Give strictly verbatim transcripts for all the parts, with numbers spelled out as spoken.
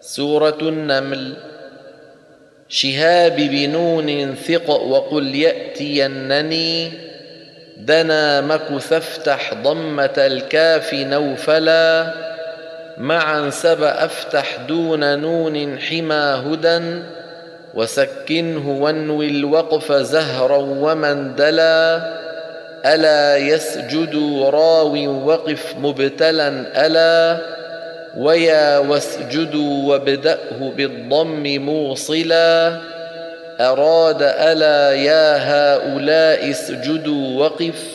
سورة النمل. شهاب بنون ثق وقل يأتينني، دنا مكث افتح ضمة الكاف نوفلا، معا سب أفتح دون نون حما هدى، وسكنه وانوي الوقف زهرا ومن دلا، ألا يسجد راو وقف مبتلا ألا، ويا واسجدوا وابدأه بالضم موصلا، أراد ألا يا هؤلاء اسجدوا وقف،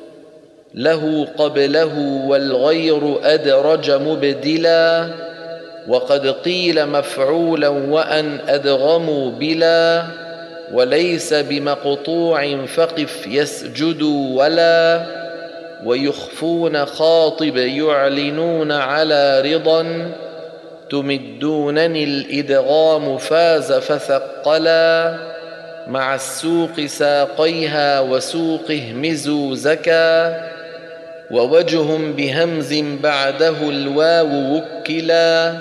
له قبله والغير أدرج مبدلا، وقد قيل مفعولا وأن أدغموا بلا، وليس بمقطوع فقف يسجدوا ولا، ويخفون خاطب يعلنون على رضا، تمدونني الإدغام فاز فثقلا، مع السوق ساقيها وسوق اهمزوا زكا، ووجه بهمز بعده الواو وكلا،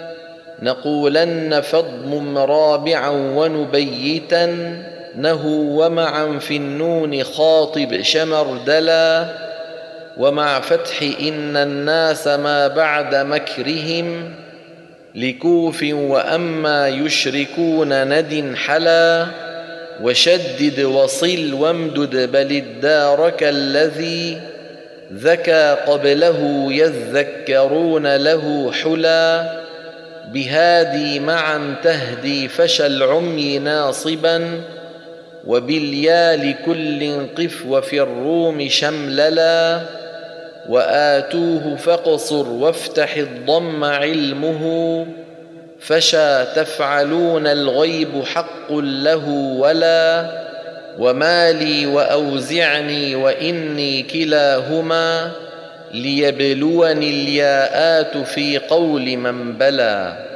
نقولن فاضمم رابعا ونبيتا نهو، ومعا في النون خاطب شمردلا، ومع فتح إن الناس ما بعد مكرهم، لكوف وأما يشركون ند حلا، وشدد وصل وامدد بل الدارك الذي ذكى قبله يذكرون له حلا، بهادي معا تهدي فشى العمي ناصبا، وباليا لكل قف وفي الروم شمللا، وآتوه فاقصر وافتح الضم علمه، فشى تفعلون الغيب حق له ولا، ومالي وأوزعني وإني كلاهما، ليبلوني الياءات في قول من بلى.